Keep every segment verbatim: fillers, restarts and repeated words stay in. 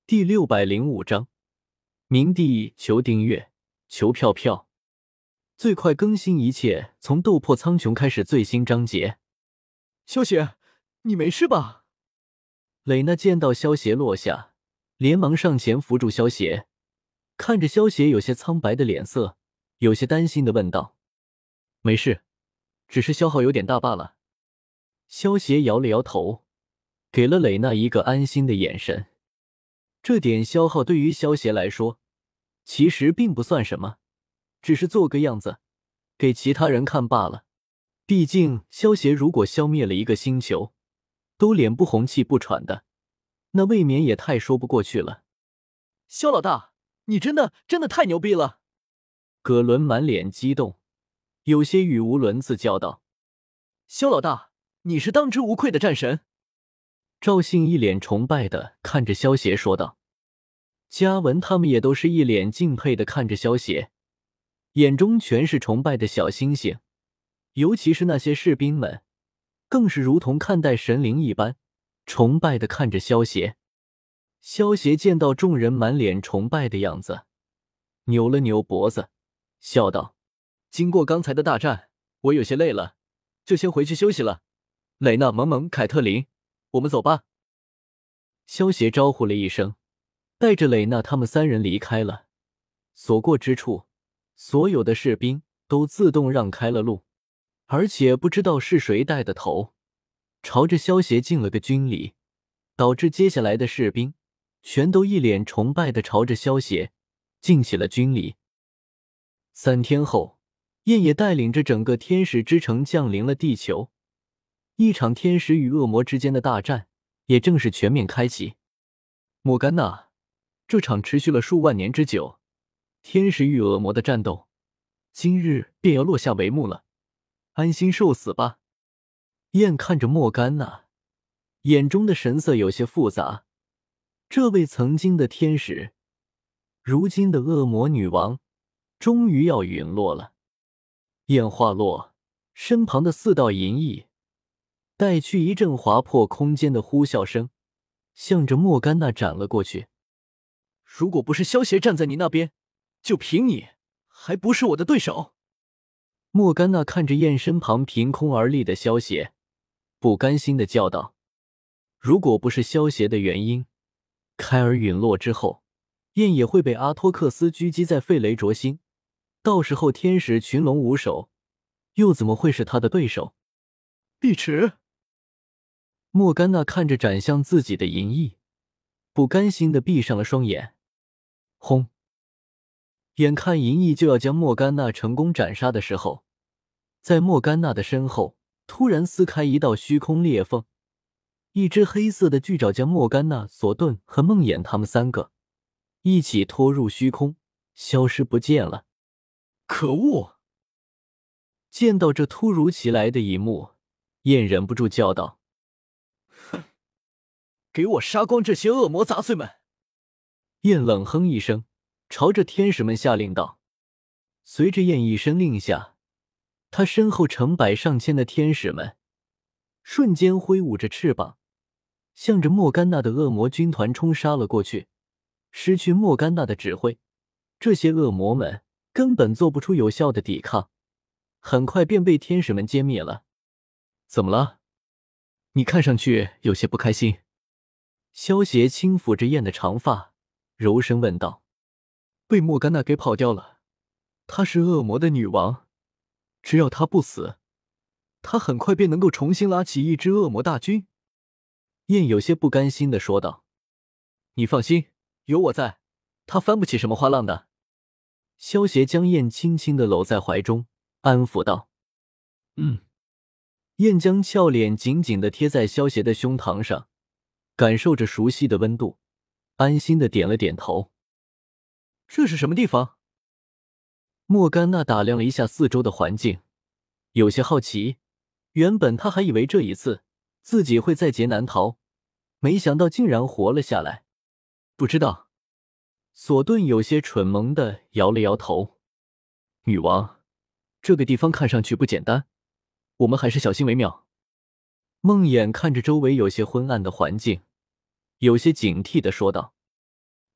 第六百零五章，冥帝求订阅，求票票，最快更新一切从斗破苍穹开始最新章节。 萧邪，你没事吧？ 蕾娜见到萧邪落下，连忙上前扶住萧邪，看着萧邪有些苍白的脸色，有些担心地问道：没事，只是消耗有点大罢了。萧邪摇了摇头，给了蕾娜一个安心的眼神。这点消耗对于萧邪来说其实并不算什么，只是做个样子给其他人看罢了。毕竟萧邪如果消灭了一个星球都脸不红气不喘的，那未免也太说不过去了。 萧老大，你真的真的太牛逼了！ 葛伦满脸激动，有些语无伦次叫道： 萧老大，你是当之无愧的战神！ 赵信一脸崇拜的看着萧邪说道。嘉文他们也都是一脸敬佩的看着萧邪，眼中全是崇拜的小星星，尤其是那些士兵们，更是如同看待神灵一般，崇拜的看着萧邪。萧邪见到众人满脸崇拜的样子，扭了扭脖子，笑道：经过刚才的大战，我有些累了，就先回去休息了。蕾娜、萌萌、凯特琳，我们走吧。萧邪招呼了一声，带着蕾娜他们三人离开了。所过之处，所有的士兵都自动让开了路，而且不知道是谁带的头，朝着萧邪敬了个军礼，导致接下来的士兵全都一脸崇拜地朝着萧邪敬起了军礼。三天后，燕也带领着整个天使之城降临了地球，一场天使与恶魔之间的大战也正式全面开启。莫甘娜，这场持续了数万年之久，天使与恶魔的战斗，今日便要落下帷幕了，安心受死吧。燕看着莫甘娜，眼中的神色有些复杂。这位曾经的天使，如今的恶魔女王，终于要陨落了。燕话落，身旁的四道银翼带去一阵划破空间的呼啸声，向着莫甘娜斩了过去。如果不是萧邪站在你那边，就凭你还不是我的对手。莫甘娜看着燕身旁凭空而立的萧邪，不甘心地叫道：如果不是萧邪的原因，凯尔陨落之后，燕也会被阿托克斯狙击在费雷卓星，到时候天使群龙无首，又怎么会是他的对手？ 碧池。 莫甘娜看着斩向自己的银翼，不甘心地闭上了双眼。轰！眼看银翼就要将莫甘娜成功斩杀的时候，在莫甘娜的身后突然撕开一道虚空裂缝，一只黑色的巨爪将莫甘娜、索顿和梦魇他们三个一起拖入虚空，消失不见了。 可恶！ 见到这突如其来的一幕，燕忍不住叫道： 哼！给我杀光这些恶魔杂碎们！ 燕冷哼一声，朝着天使们下令道。随着燕一声令下，他身后成百上千的天使们瞬间挥舞着翅膀，向着莫甘娜的恶魔军团冲杀了过去。失去莫甘娜的指挥，这些恶魔们根本做不出有效的抵抗，很快便被天使们歼灭了。怎么了？你看上去有些不开心。萧邪轻抚着燕的长发，柔声问道。被莫甘娜给跑掉了，她是恶魔的女王，只要她不死，她很快便能够重新拉起一支恶魔大军。燕有些不甘心地说道。你放心，有我在，她翻不起什么花浪的。萧邪将燕轻轻地搂在怀中，安抚道。嗯。燕将俏脸紧紧地贴在萧邪的胸膛上，感受着熟悉的温度，安心地点了点头。这是什么地方？莫甘娜打量了一下四周的环境，有些好奇。原本她还以为这一次自己会在劫难逃，没想到竟然活了下来。不知道。索顿有些蠢萌地摇了摇头。女王，这个地方看上去不简单，我们还是小心为妙。梦魇看着周围有些昏暗的环境，有些警惕地说道。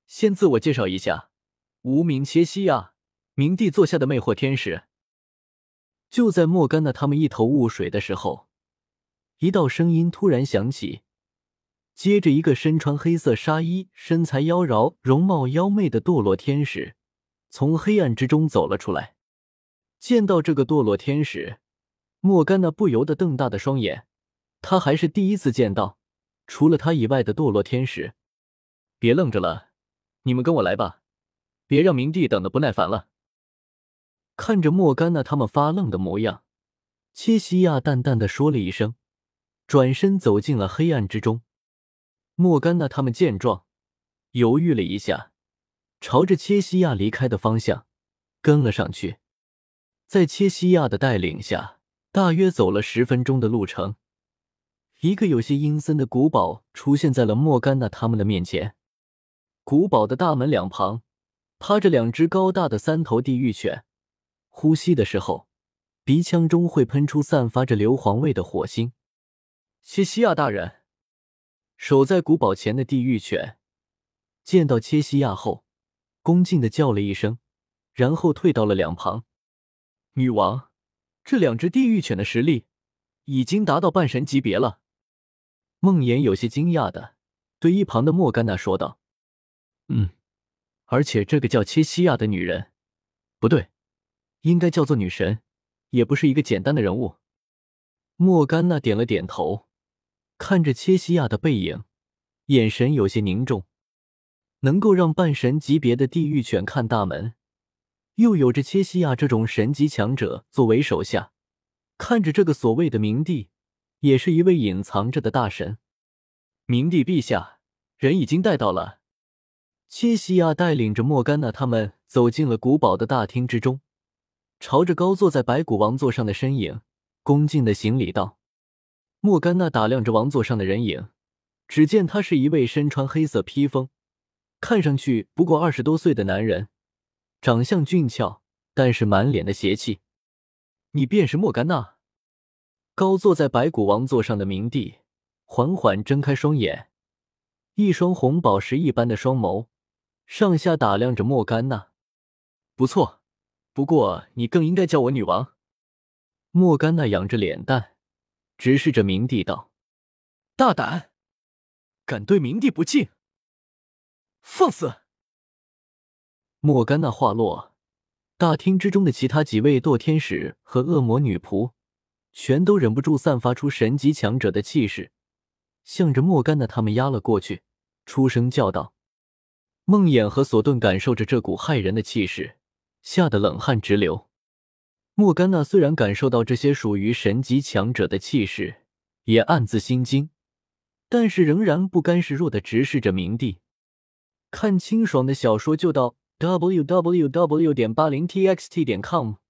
先自我介绍一下，无名切西亚，冥帝座下的魅惑天使。”就在莫甘娜他们一头雾水的时候，一道声音突然响起，接着一个身穿黑色纱衣、身材妖娆、容貌妖媚的堕落天使从黑暗之中走了出来。见到这个堕落天使，莫甘娜不由得瞪大的双眼，他还是第一次见到除了他以外的堕落天使。别愣着了，你们跟我来吧，别让冥帝等得不耐烦了。看着莫甘娜他们发愣的模样，切西亚淡淡的说了一声，转身走进了黑暗之中。莫甘娜他们见状，犹豫了一下，朝着切西亚离开的方向跟了上去。在切西亚的带领下，大约走了十分钟的路程，一个有些阴森的古堡出现在了莫甘娜他们的面前。古堡的大门两旁趴着两只高大的三头地狱犬，呼吸的时候鼻腔中会喷出散发着硫磺味的火星。切西亚大人，守在古堡前的地狱犬见到切西亚后，恭敬地叫了一声，然后退到了两旁。女王，这两只地狱犬的实力已经达到半神级别了。梦魇有些惊讶的对一旁的莫甘娜说道。嗯，而且这个叫切西亚的女人，不对，应该叫做女神，也不是一个简单的人物。莫甘娜点了点头，看着切西亚的背影，眼神有些凝重。能够让半神级别的地狱犬看大门，又有着切西亚这种神级强者作为手下，看着这个所谓的冥帝，也是一位隐藏着的大神。冥帝陛下，人已经带到了。切西亚带领着莫甘娜他们走进了古堡的大厅之中，朝着高坐在白骨王座上的身影恭敬地行礼道。莫甘娜打量着王座上的人影，只见他是一位身穿黑色披风，看上去不过二十多岁的男人，长相俊俏，但是满脸的邪气。你便是莫甘娜？高坐在白骨王座上的冥帝缓缓睁开双眼，一双红宝石一般的双眸上下打量着莫甘娜。不错，不过你更应该叫我女王。莫甘娜仰着脸蛋直视着冥帝道。大胆，敢对冥帝不敬，放肆！莫甘娜话落，大厅之中的其他几位堕天使和恶魔女仆全都忍不住散发出神级强者的气势，向着莫甘娜他们压了过去，出声叫道。梦魇和索顿感受着这股骇人的气势，吓得冷汗直流。莫甘娜虽然感受到这些属于神级强者的气势，也暗自心惊，但是仍然不甘示弱地直视着冥帝。看清爽的小说就到 double u double u double u 点 八零t x t 点 com。